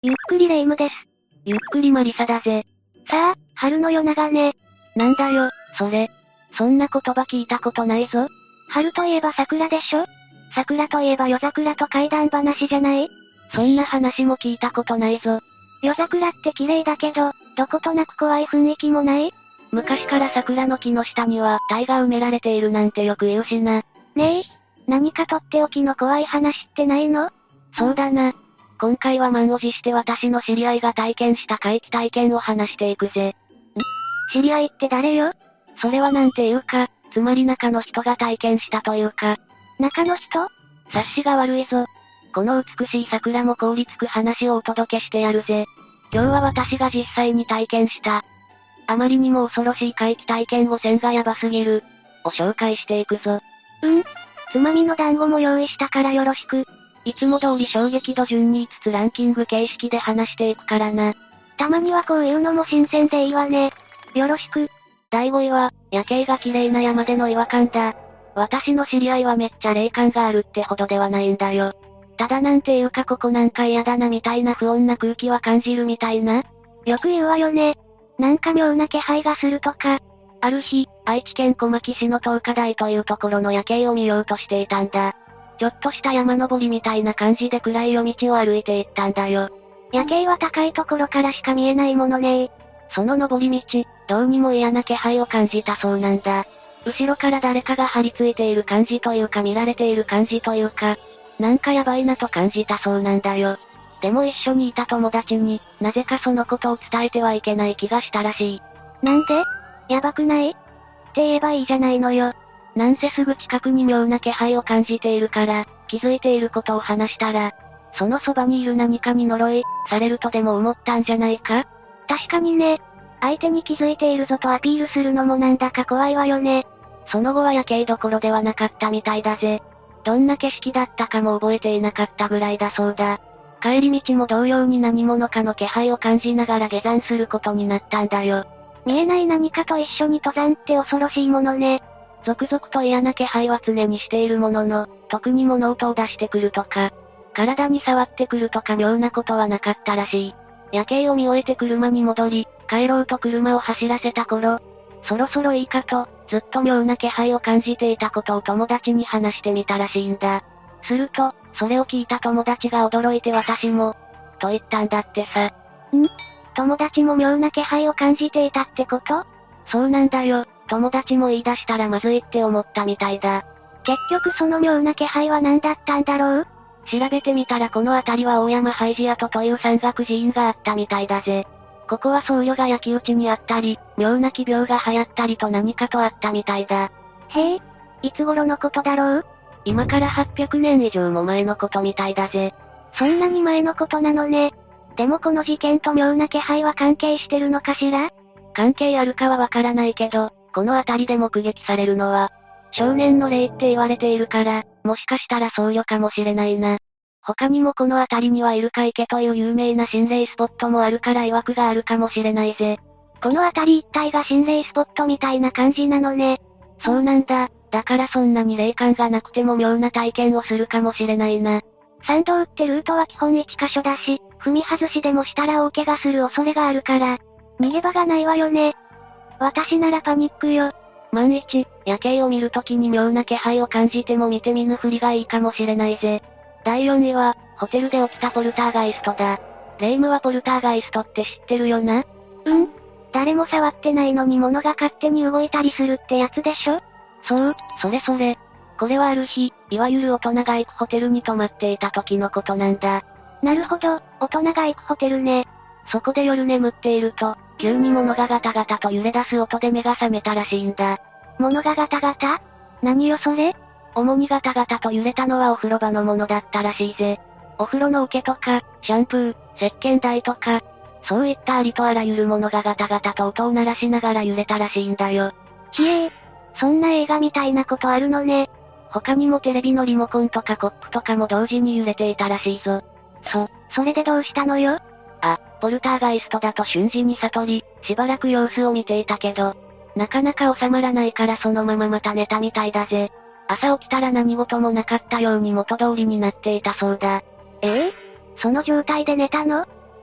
ゆっくりレ夢ムです。 ゆっくりマリサだぜ。 さあ、春の夜長ね。 なんだよ、それ。そんな言葉聞いたことないぞ。 春といえば桜でしょ？桜といえば夜桜と怪談話じゃない？ そんな話も聞いたことないぞ。 夜桜って綺麗だけど、どことなく怖い雰囲気もない？ 昔から桜の木の下には鯛が埋められているなんてよく言うしな。 ねえ、何かとっておきの怖い話ってないの？ そうだな。今回は満を持して私の知り合いが体験した怪奇体験を話していくぜ。 知り合いって誰よ？ それはなんていうか、つまり中の人が体験したというか。 中の人？ 察しが悪いぞ。この美しい桜も凍りつく話をお届けしてやるぜ。今日は私が実際に体験した。あまりにも恐ろしい怪奇体験を線がヤバすぎる。を紹介していくぞ。 つまみの団子も用意したからよろしく。 いつも通り衝撃度順に5つランキング形式で話していくからな。 たまにはこういうのも新鮮でいいわね。よろしく。 第5位は、夜景が綺麗な山での違和感だ。私の知り合いはめっちゃ霊感があるってほどではないんだよ。ただなんていうかここなんか嫌だなみたいな不穏な空気は感じるみたいな。 よく言うわよね。なんか妙な気配がするとか。 ある日、愛知県小牧市の東華台というところの夜景を見ようとしていたんだ。ちょっとした山登りみたいな感じで暗い夜道を歩いていったんだよ。 夜景は高いところからしか見えないものね。 その登り道、どうにも嫌な気配を感じたそうなんだ。後ろから誰かが張り付いている感じというか見られている感じというか、なんかやばいなと感じたそうなんだよ。でも一緒にいた友達に、なぜかそのことを伝えてはいけない気がしたらしい。 なんで？やばくない？って言えばいいじゃないのよ。 なんせすぐ近くに妙な気配を感じているから、気づいていることを話したら、そのそばにいる何かに呪い、されるとでも思ったんじゃないか？ 確かにね。相手に気づいているぞとアピールするのもなんだか怖いわよね。 その後は夜景どころではなかったみたいだぜ。どんな景色だったかも覚えていなかったぐらいだそうだ。帰り道も同様に何者かの気配を感じながら下山することになったんだよ。 見えない何かと一緒に登山って恐ろしいものね。 続々と嫌な気配は常にしているものの、特に物音を出してくるとか、体に触ってくるとか妙なことはなかったらしい。夜景を見終えて車に戻り、帰ろうと車を走らせた頃、そろそろいいかと、ずっと妙な気配を感じていたことを友達に話してみたらしいんだ。すると、それを聞いた友達が驚いて私も、と言ったんだってさ。 友達も妙な気配を感じていたってこと？ そうなんだよ。友達も言い出したらまずいって思ったみたいだ。 結局その妙な気配は何だったんだろう？ 調べてみたらこの辺りは大山ハイジ跡という山岳寺院があったみたいだぜ。ここは僧侶が焼き討ちにあったり、妙な奇病が流行ったりと何かとあったみたいだ。 へえ、いつ頃のことだろう？ 今から800年以上も前のことみたいだぜ。 そんなに前のことなのね。でもこの事件と妙な気配は関係してるのかしら？ 関係あるかはわからないけど、この辺りで目撃されるのは、少年の霊って言われているから、もしかしたら僧侶かもしれないな。他にもこの辺りにはイルカ池という有名な心霊スポットもあるから曰くがあるかもしれないぜ。 この辺り一帯が心霊スポットみたいな感じなのね。 そうなんだ。だからそんなに霊感がなくても妙な体験をするかもしれないな。 山道ってルートは基本1箇所だし、踏み外しでもしたら大怪我する恐れがあるから、逃げ場がないわよね。私ならパニックよ。 万一、夜景を見るときに妙な気配を感じても見て見ぬふりがいいかもしれないぜ。第4位は、ホテルで起きたポルターガイストだ。霊夢はポルターガイストって知ってるよな？ 誰も触ってないのに物が勝手に動いたりするってやつでしょ？ そう、それそれ。これはある日、いわゆる大人が行くホテルに泊まっていた時のことなんだ。 なるほど、大人が行くホテルね。 そこで夜眠っていると、急に物がガタガタと揺れ出す音で目が覚めたらしいんだ。 物がガタガタ？何よそれ？ 主にガタガタと揺れたのはお風呂場のものだったらしいぜ。お風呂の桶とか、シャンプー、石鹸台とか、そういったありとあらゆるものがガタガタと音を鳴らしながら揺れたらしいんだよ。 ひえー、そんな映画みたいなことあるのね。 他にもテレビのリモコンとかコップとかも同時に揺れていたらしいぞ。 それでどうしたのよ？ ポルターガイストだと瞬時に悟り、しばらく様子を見ていたけど、なかなか収まらないからそのまままた寝たみたいだぜ。朝起きたら何事もなかったように元通りになっていたそうだ。 その状態で寝たの？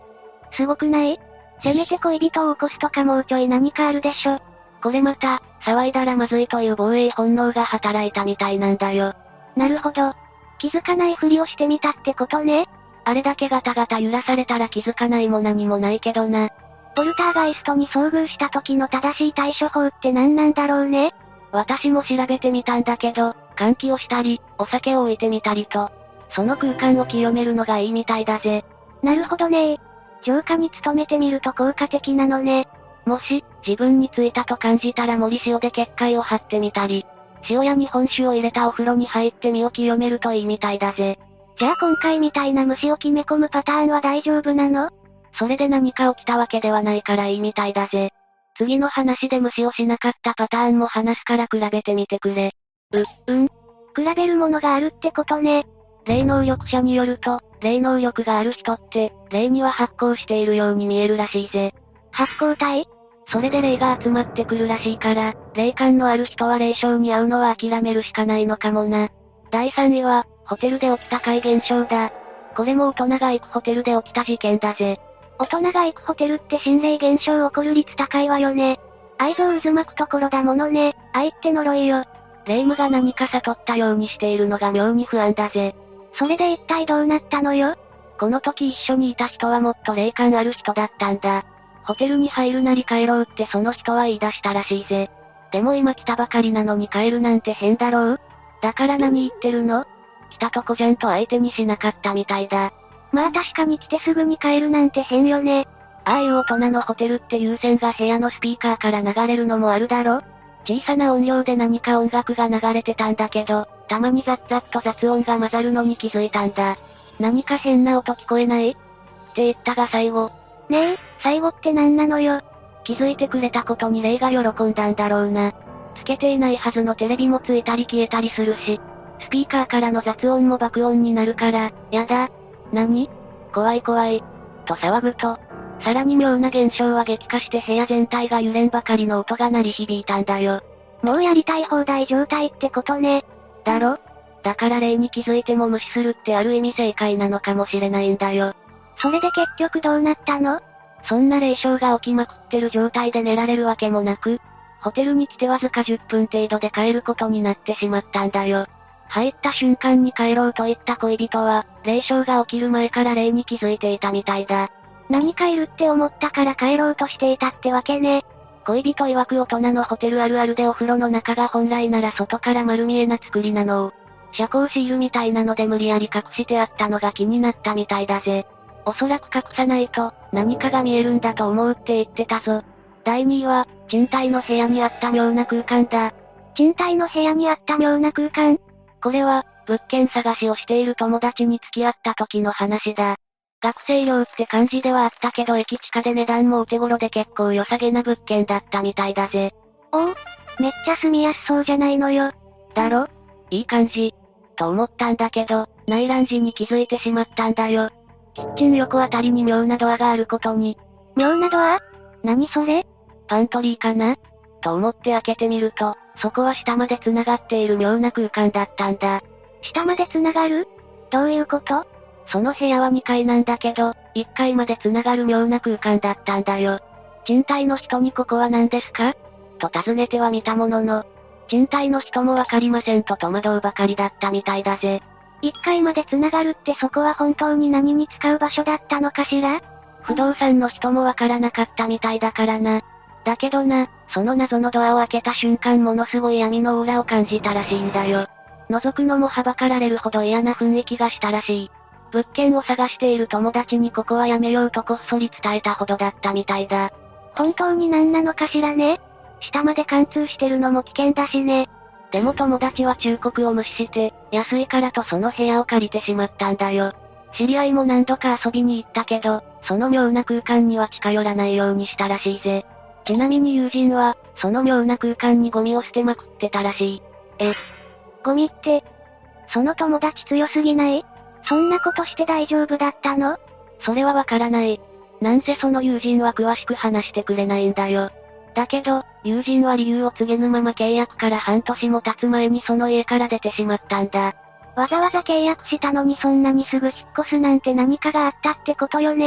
すごくない？せめて恋人を起こすとかもうちょい何かあるでしょ。 これまた、騒いだらまずいという防衛本能が働いたみたいなんだよ。 なるほど。気づかないふりをしてみたってことね。 あれだけガタガタ揺らされたら気づかないも何もないけどな。 ポルターガイストに遭遇した時の正しい対処法って何なんだろうね。 私も調べてみたんだけど、換気をしたり、お酒を置いてみたりと、その空間を清めるのがいいみたいだぜ。 なるほどね。浄化に努めてみると効果的なのね。 もし、自分についたと感じたら森塩で結界を張ってみたり、塩や日本酒を入れたお風呂に入って身を清めるといいみたいだぜ。 じゃあ今回みたいな虫を決め込むパターンは大丈夫なの？ それで何か起きたわけではないからいいみたいだぜ。次の話で虫をしなかったパターンも話すから比べてみてくれ。 比べるものがあるってことね。 霊能力者によると、霊能力がある人って、霊には発光しているように見えるらしいぜ。 発光体？ それで霊が集まってくるらしいから、霊感のある人は霊障に遭うのは諦めるしかないのかもな。第3位は、ホテルで起きた怪現象だ。これも大人が行くホテルで起きた事件だぜ。 大人が行くホテルって心霊現象起こる率高いわよね。愛憎渦巻くところだものね。愛って呪いよ。 霊夢が何か悟ったようにしているのが妙に不安だぜ。 それで一体どうなったのよ？ この時一緒にいた人はもっと霊感ある人だったんだ。ホテルに入るなり帰ろうってその人は言い出したらしいぜ。でも今来たばかりなのに帰るなんて変だろう？だから何言ってるの？来たとこじゃんと相手にしなかったみたいだ。 まあ確かに来てすぐに帰るなんて変よね。 ああいう大人のホテルって有線が部屋のスピーカーから流れるのもあるだろ？小さな音量で何か音楽が流れてたんだけど、たまにザッザッと雑音が混ざるのに気づいたんだ。何か変な音聞こえない？って言ったが最後。 ねえ、最後って何なのよ。 気づいてくれたことに霊が喜んだんだろうな。つけていないはずのテレビもついたり消えたりするし、スピーカーからの雑音も爆音になるから、やだ。何？怖い怖い。と騒ぐと、さらに妙な現象は激化して部屋全体が揺れんばかりの音が鳴り響いたんだよ。 もうやりたい放題状態ってことね。 だろ？だから霊に気づいても無視するってある意味正解なのかもしれないんだよ。 それで結局どうなったの？ そんな霊障が起きまくってる状態で寝られるわけもなく、ホテルに来てわずか10分程度で帰ることになってしまったんだよ。入った瞬間に帰ろうと言った恋人は、霊障が起きる前から霊に気づいていたみたいだ。 何かいるって思ったから帰ろうとしていたってわけね。 恋人曰く大人のホテルあるあるでお風呂の中が本来なら外から丸見えな作りなのを、遮光シールみたいなので無理やり隠してあったのが気になったみたいだぜ。おそらく隠さないと、何かが見えるんだと思うって言ってたぞ。第2位は、賃貸の部屋にあった妙な空間だ。 賃貸の部屋にあった妙な空間？ これは、物件探しをしている友達に付き合った時の話だ。学生寮って感じではあったけど駅地下で値段もお手頃で結構良さげな物件だったみたいだぜ。 おお、めっちゃ住みやすそうじゃないのよ。 だろ？いい感じ。と思ったんだけど、内覧時に気づいてしまったんだよ。キッチン横あたりに妙なドアがあることに。 妙なドア？何それ？ パントリーかな？と思って開けてみると、そこは下まで繋がっている妙な空間だったんだ。 下まで繋がる？どういうこと？ その部屋は2階なんだけど、1階まで繋がる妙な空間だったんだよ。賃貸の人にここは何ですか？と尋ねてはみたものの、賃貸の人もわかりませんと戸惑うばかりだったみたいだぜ。 1階まで繋がるってそこは本当に何に使う場所だったのかしら？ 不動産の人もわからなかったみたいだからな。だけどな、その謎のドアを開けた瞬間ものすごい闇のオーラを感じたらしいんだよ。覗くのもはばかられるほど嫌な雰囲気がしたらしい。物件を探している友達にここはやめようとこっそり伝えたほどだったみたいだ。 本当に何なのかしらね。下まで貫通してるのも危険だしね。 でも友達は忠告を無視して、安いからとその部屋を借りてしまったんだよ。知り合いも何度か遊びに行ったけど、その妙な空間には近寄らないようにしたらしいぜ。ちなみに友人は、その妙な空間にゴミを捨てまくってたらしい。 ゴミって、その友達強すぎない？そんなことして大丈夫だったの？ それはわからない。なんせその友人は詳しく話してくれないんだよ。だけど、友人は理由を告げぬまま契約から半年も経つ前にその家から出てしまったんだ。 わざわざ契約したのにそんなにすぐ引っ越すなんて何かがあったってことよね？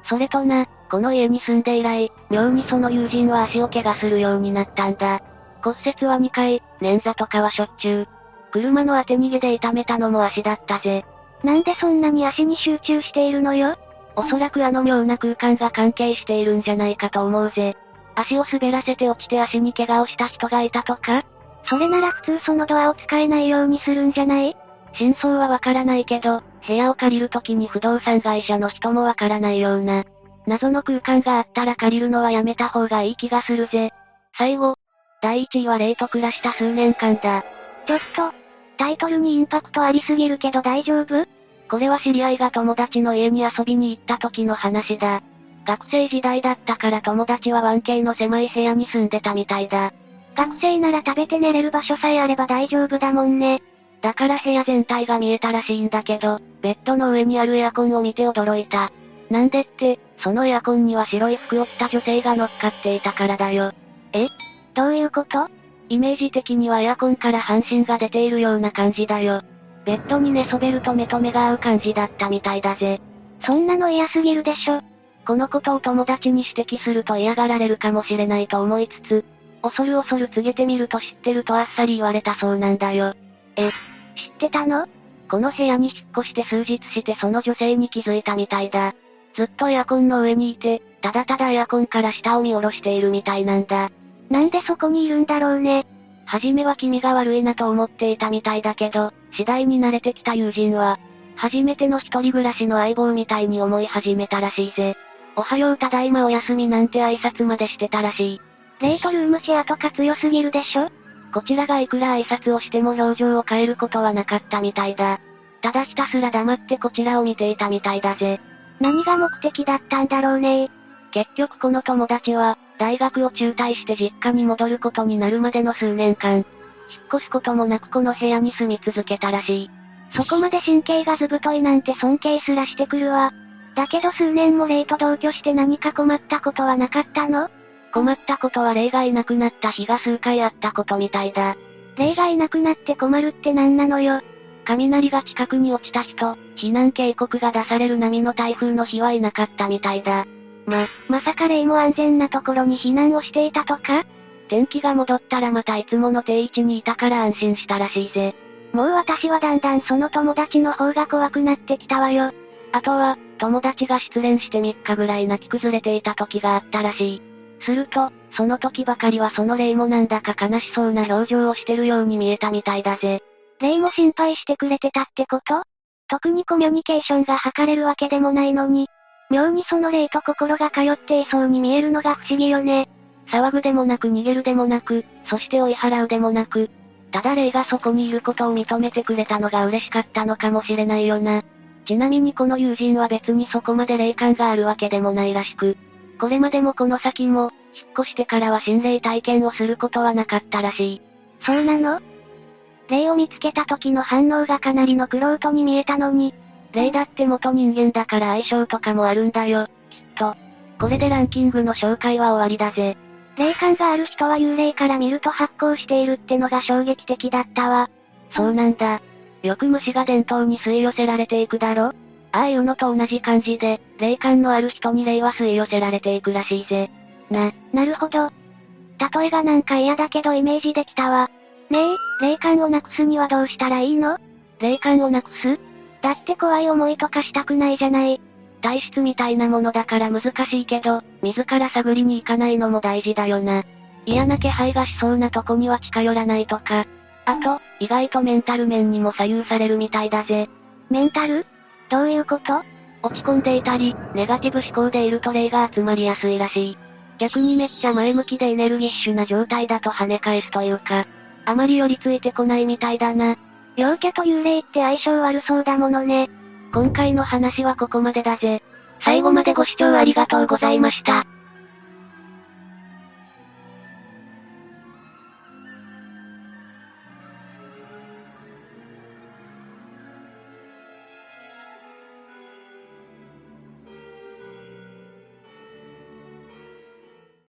それとな、この家に住んで以来、妙にその友人は足を怪我するようになったんだ。骨折は2回、捻挫とかはしょっちゅう。車の当て逃げで痛めたのも足だったぜ。 なんでそんなに足に集中しているのよ？ おそらくあの妙な空間が関係しているんじゃないかと思うぜ。足を滑らせて落ちて足に怪我をした人がいたとか？ それなら普通そのドアを使えないようにするんじゃない？ 真相はわからないけど、部屋を借りる時に不動産会社の人もわからないような。謎の空間があったら借りるのはやめた方がいい気がするぜ。最後。第1位はレイと暮らした数年間だ。 ちょっと、タイトルにインパクトありすぎるけど大丈夫？ これは知り合いが友達の家に遊びに行った時の話だ。学生時代だったから友達は 1K の狭い部屋に住んでたみたいだ。 学生なら食べて寝れる場所さえあれば大丈夫だもんね。 だから部屋全体が見えたらしいんだけど、ベッドの上にあるエアコンを見て驚いた。なんでって、そのエアコンには白い服を着た女性が乗っかっていたからだよ。 え？どういうこと？ イメージ的にはエアコンから半身が出ているような感じだよ。ベッドに寝そべると目と目が合う感じだったみたいだぜ。 そんなの嫌すぎるでしょ。 このことを友達に指摘すると嫌がられるかもしれないと思いつつ、恐る告げてみると知ってるとあっさり言われたそうなんだよ。 知ってたの？ この部屋に引っ越して数日してその女性に気づいたみたいだ。ずっとエアコンの上にいて、ただただエアコンから下を見下ろしているみたいなんだ。 なんでそこにいるんだろうね。 はじめは気味が悪いなと思っていたみたいだけど、次第に慣れてきた友人は、初めての一人暮らしの相棒みたいに思い始めたらしいぜ。おはようただいまおやすみなんて挨拶までしてたらしい。 レイとルームシェアとか強すぎるでしょ？ こちらがいくら挨拶をしても表情を変えることはなかったみたいだ。ただひたすら黙ってこちらを見ていたみたいだぜ。 何が目的だったんだろうね。 結局この友達は、大学を中退して実家に戻ることになるまでの数年間、引っ越すこともなくこの部屋に住み続けたらしい。 そこまで神経がずぶといなんて尊敬すらしてくるわ。だけど数年もレイと同居して何か困ったことはなかったの？ 困ったことはレイがいなくなった日が数回あったことみたいだ。 レイがいなくなって困るって何なのよ。 雷が近くに落ちた日と、避難警告が出される波の台風の日はいなかったみたいだ。 まさかレイも安全なところに避難をしていたとか？ 天気が戻ったらまたいつもの定位置にいたから安心したらしいぜ。 もう私はだんだんその友達の方が怖くなってきたわよ。 あとは、友達が失恋して3日ぐらい泣き崩れていた時があったらしい。すると、その時ばかりはそのレイもなんだか悲しそうな表情をしてるように見えたみたいだぜ。 レイも心配してくれてたってこと？特にコミュニケーションが図れるわけでもないのに、妙にそのレイと心が通っていそうに見えるのが不思議よね。 騒ぐでもなく逃げるでもなく、そして追い払うでもなく、ただレイがそこにいることを認めてくれたのが嬉しかったのかもしれないよな。ちなみにこの友人は別にそこまで霊感があるわけでもないらしく、これまでもこの先も、引っ越してからは心霊体験をすることはなかったらしい。 そうなの？霊を見つけた時の反応がかなりの玄人に見えたのに、 霊だって元人間だから相性とかもあるんだよ、きっと。これでランキングの紹介は終わりだぜ。 霊感がある人は幽霊から見ると発光しているってのが衝撃的だったわ。 そうなんだ。よく虫が伝統に吸い寄せられていくだろ？ああいうのと同じ感じで、霊感のある人に霊は吸い寄せられていくらしいぜ。 なるほど。例えがなんか嫌だけどイメージできたわ。ねえ、霊感をなくすにはどうしたらいいの？ 霊感をなくす？ だって怖い思いとかしたくないじゃない。 体質みたいなものだから難しいけど、自ら探りに行かないのも大事だよな。嫌な気配がしそうなとこには近寄らないとか。あと、意外とメンタル面にも左右されるみたいだぜ。 メンタル？どういうこと？ 落ち込んでいたり、ネガティブ思考でいると霊が集まりやすいらしい。逆にめっちゃ前向きでエネルギッシュな状態だと跳ね返すというか、あまり寄りついてこないみたいだな。 陽キャと幽霊って相性悪そうだものね。 今回の話はここまでだぜ。最後までご視聴ありがとうございました。